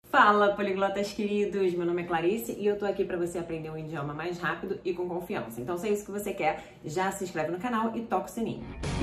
Fala, poliglotas queridos! Meu nome é Clarice e eu tô aqui pra você aprender um idioma mais rápido e com confiança. Então, se é isso que você quer, já se inscreve no canal e toca o sininho.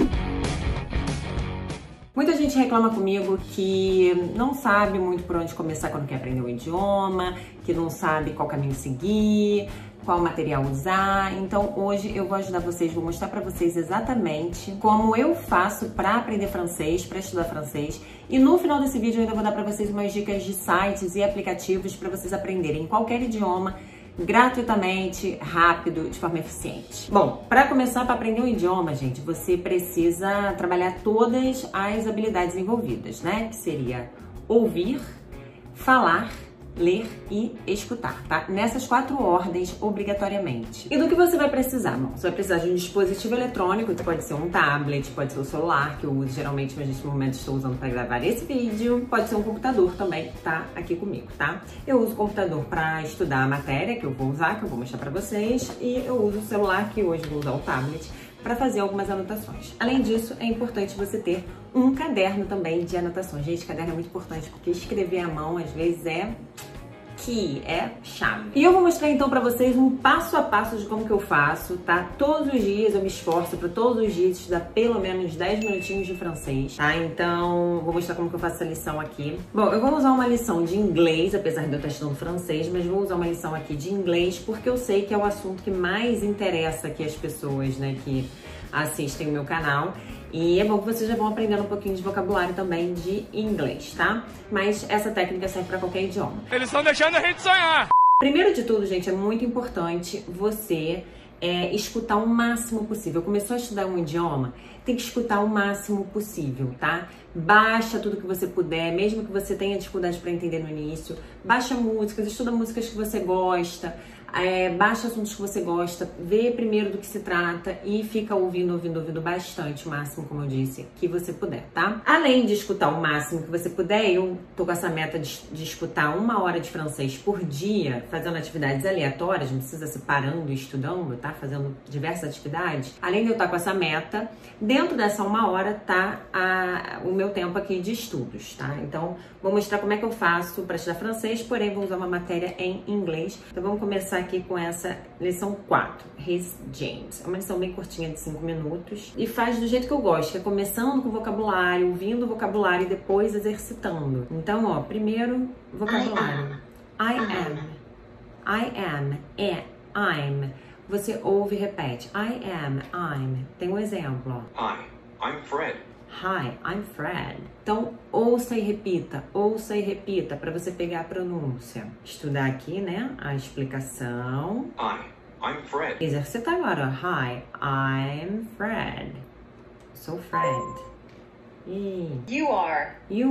Muita gente reclama comigo que não sabe muito por onde começar quando quer aprender um idioma, que não sabe qual caminho seguir, qual material usar. Então hoje eu vou ajudar vocês, vou mostrar pra vocês exatamente como eu faço pra aprender francês, pra estudar francês. E no final desse vídeo eu ainda vou dar pra vocês umas dicas de sites e aplicativos pra vocês aprenderem qualquer idioma gratuitamente, rápido, de forma eficiente. Bom, para começar, para aprender um idioma, gente, você precisa trabalhar todas as habilidades envolvidas, né? Que seria ouvir, falar, ler e escutar, tá? Nessas 4 ordens, obrigatoriamente. E do que você vai precisar? Bom, você vai precisar de um dispositivo eletrônico, que pode ser um tablet, pode ser o celular, que eu uso geralmente, mas neste momento estou usando para gravar esse vídeo. Pode ser um computador também, que tá aqui comigo, tá? Eu uso o computador para estudar a matéria que eu vou usar, que eu vou mostrar para vocês, e eu uso o celular, que hoje eu vou usar o tablet, para fazer algumas anotações. Além disso, é importante você ter um caderno também de anotações. Gente, caderno é muito importante, porque escrever à mão, às vezes, é chave. E eu vou mostrar então pra vocês um passo a passo de como que eu faço, tá? Todos os dias eu me esforço pra todos os dias estudar pelo menos 10 minutinhos de francês, tá? Então, vou mostrar como que eu faço essa lição aqui. Bom, eu vou usar uma lição de inglês, apesar de eu estar estudando francês, mas vou usar uma lição aqui de inglês porque eu sei que é o assunto que mais interessa aqui as pessoas, né, que assistem o meu canal. E é bom que vocês já vão aprendendo um pouquinho de vocabulário também de inglês, tá? Mas essa técnica serve para qualquer idioma. Eles estão deixando a gente sonhar! Primeiro de tudo, gente, é muito importante você escutar o máximo possível. Começou a estudar um idioma, tem que escutar o máximo possível, tá? Baixa tudo que você puder, mesmo que você tenha dificuldade para entender no início. Baixa músicas, estuda músicas que você gosta. Baixa assuntos que você gosta, vê primeiro do que se trata e fica ouvindo bastante, o máximo, como eu disse, que você puder, tá? Além de escutar o máximo que você puder, eu tô com essa meta de escutar 1 hora de francês por dia, fazendo atividades aleatórias, não precisa se parando e estudando, tá? Fazendo diversas atividades. Além de eu estar com essa meta, dentro dessa 1 hora tá o meu tempo aqui de estudos, tá? Então, vou mostrar como é que eu faço para estudar francês, porém vou usar uma matéria em inglês. Então, vamos começar aqui com essa lição 4, His James. É uma lição bem curtinha de 5 minutos e faz do jeito que eu gosto, que é começando com vocabulário, ouvindo o vocabulário e depois exercitando. Então, ó, primeiro vocabulário. I am, I'm. Você ouve e repete. I am, I'm. Tem um exemplo, ó. Hi, I'm Fred. Hi, I'm Fred. Então, ouça e repita para você pegar a pronúncia. Estudar aqui, né, a explicação. Hi, I'm Fred. Exercitar agora. Hi, I'm Fred. Sou Fred. You are.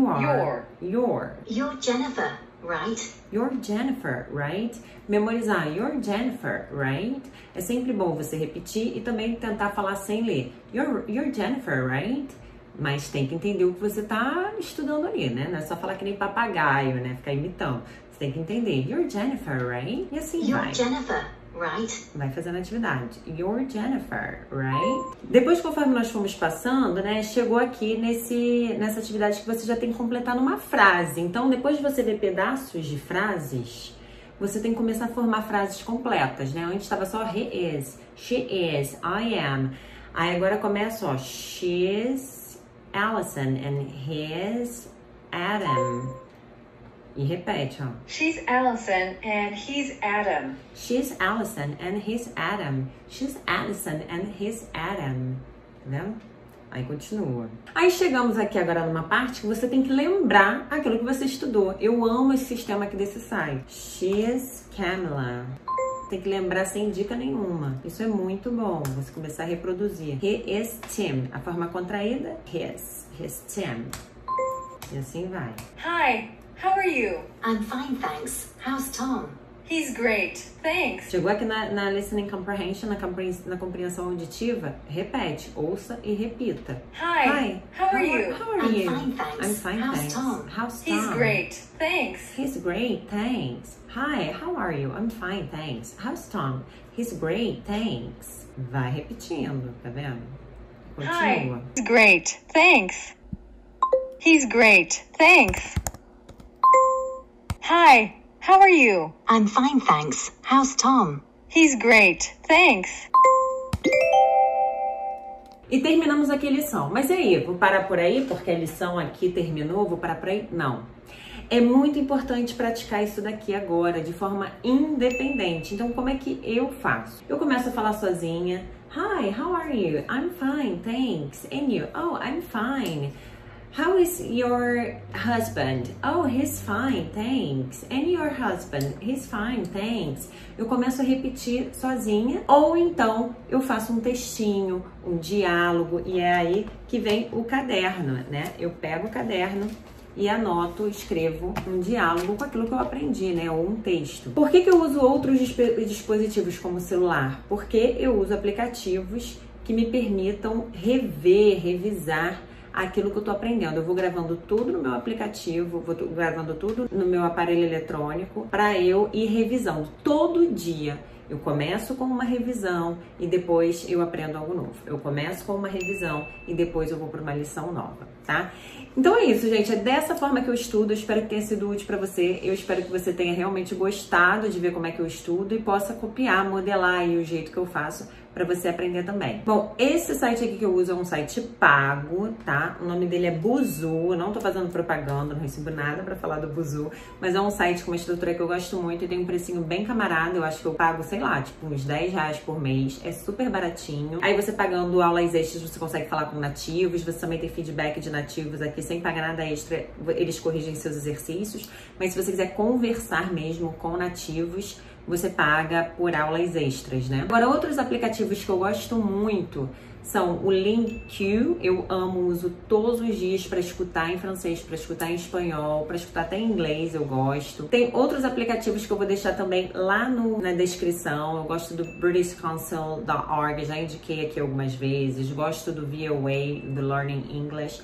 You're Jennifer, right? You're Jennifer, right? Memorizar. You're Jennifer, right? É sempre bom você repetir e também tentar falar sem ler. You're Jennifer, right? Mas tem que entender o que você tá estudando ali, né? Não é só falar que nem papagaio, né? Ficar imitando. Você tem que entender. You're Jennifer, right? E assim vai. You're Jennifer, right? Vai fazendo a atividade. You're Jennifer, right? Depois, conforme nós fomos passando, né? Chegou aqui nessa atividade que você já tem que completar numa frase. Então, depois de você ver pedaços de frases, você tem que começar a formar frases completas, né? Antes estava só he is, she is, I am. Aí agora começa, ó. She's Allison and his Adam. E repete, ó. She's Allison and he's Adam. She's Allison and his Adam. She's Allison and his Adam. Tá vendo? Aí continua. Aí chegamos aqui agora numa parte que você tem que lembrar aquilo que você estudou. Eu amo esse sistema aqui desse site. She's Camila. Tem que lembrar sem dica nenhuma. Isso é muito bom. Você começar a reproduzir. He is Tim. A forma contraída, his. His Tim. E assim vai. Hi, how are you? I'm fine, thanks. How's Tom? He's great, thanks. Chegou aqui na listening comprehension, na compreensão auditiva, repete, ouça e repita. Hi, how are you? How are I'm you? fine, thanks. I'm fine, How's thanks. Tom? How's Tom? He's great, thanks. He's great, thanks. Hi, how are you? I'm fine, thanks. How's Tom? He's great, thanks. Vai repetindo, tá vendo? Continua. Hi, he's great, thanks. He's great, thanks. Hi, how are you? I'm fine, thanks. How's Tom? He's great, thanks. E terminamos aqui a lição. Mas e aí, vou parar por aí porque a lição aqui terminou? Vou parar por aí? Não. É muito importante praticar isso daqui agora, de forma independente. Então, como é que eu faço? Eu começo a falar sozinha. Hi, how are you? I'm fine, thanks. And you? Oh, I'm fine. How is your husband? Oh, he's fine, thanks. And your husband? He's fine, thanks. Eu começo a repetir sozinha, ou então eu faço um textinho, um diálogo, e é aí que vem o caderno, né? Eu pego o caderno e anoto, escrevo um diálogo com aquilo que eu aprendi, né? Ou um texto. Por que eu uso outros dispositivos como o celular? Porque eu uso aplicativos que me permitam rever, revisar aquilo que eu tô aprendendo. Eu vou gravando tudo no meu aplicativo, vou gravando tudo no meu aparelho eletrônico para eu ir revisando todo dia. Eu começo com uma revisão e depois eu aprendo algo novo. Eu começo com uma revisão e depois eu vou para uma lição nova, tá? Então é isso, gente. É dessa forma que eu estudo. Eu espero que tenha sido útil para você. Eu espero que você tenha realmente gostado de ver como é que eu estudo e possa copiar, modelar aí o jeito que eu faço para você aprender também. Bom, esse site aqui que eu uso é um site pago, tá? O nome dele é Busuu. Eu não tô fazendo propaganda, não recebo nada para falar do Busuu, mas é um site com uma estrutura que eu gosto muito e tem um precinho bem camarada. Eu acho que eu pago, sei lá, tipo uns R$10 por mês. É super baratinho. Aí você pagando aulas extras, você consegue falar com nativos. Você também tem feedback de nativos aqui sem pagar nada extra. Eles corrigem seus exercícios. Mas se você quiser conversar mesmo com nativos, você paga por aulas extras, né? Agora, outros aplicativos que eu gosto muito são o Lingq. Eu amo, uso todos os dias para escutar em francês, para escutar em espanhol, para escutar até em inglês, eu gosto. Tem outros aplicativos que eu vou deixar também lá na descrição. Eu gosto do BritishCouncil.org, já indiquei aqui algumas vezes. Gosto do VOA, do Learning English.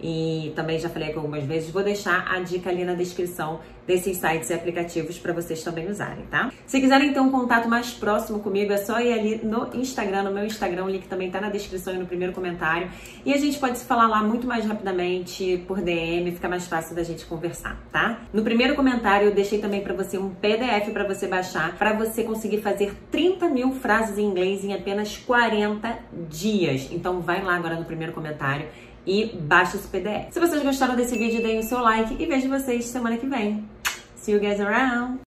E também já falei aqui algumas vezes, vou deixar a dica ali na descrição desses sites e aplicativos para vocês também usarem, tá? Se quiserem ter um contato mais próximo comigo, é só ir ali no Instagram, no meu Instagram, o link também tá na descrição e no primeiro comentário. E a gente pode se falar lá muito mais rapidamente, por DM, fica mais fácil da gente conversar, tá? No primeiro comentário eu deixei também para você um PDF para você baixar, para você conseguir fazer 30 mil frases em inglês em apenas 40 dias. Então vai lá agora no primeiro comentário e baixa esse PDF. Se vocês gostaram desse vídeo, deem o seu like e vejo vocês semana que vem. See you guys around!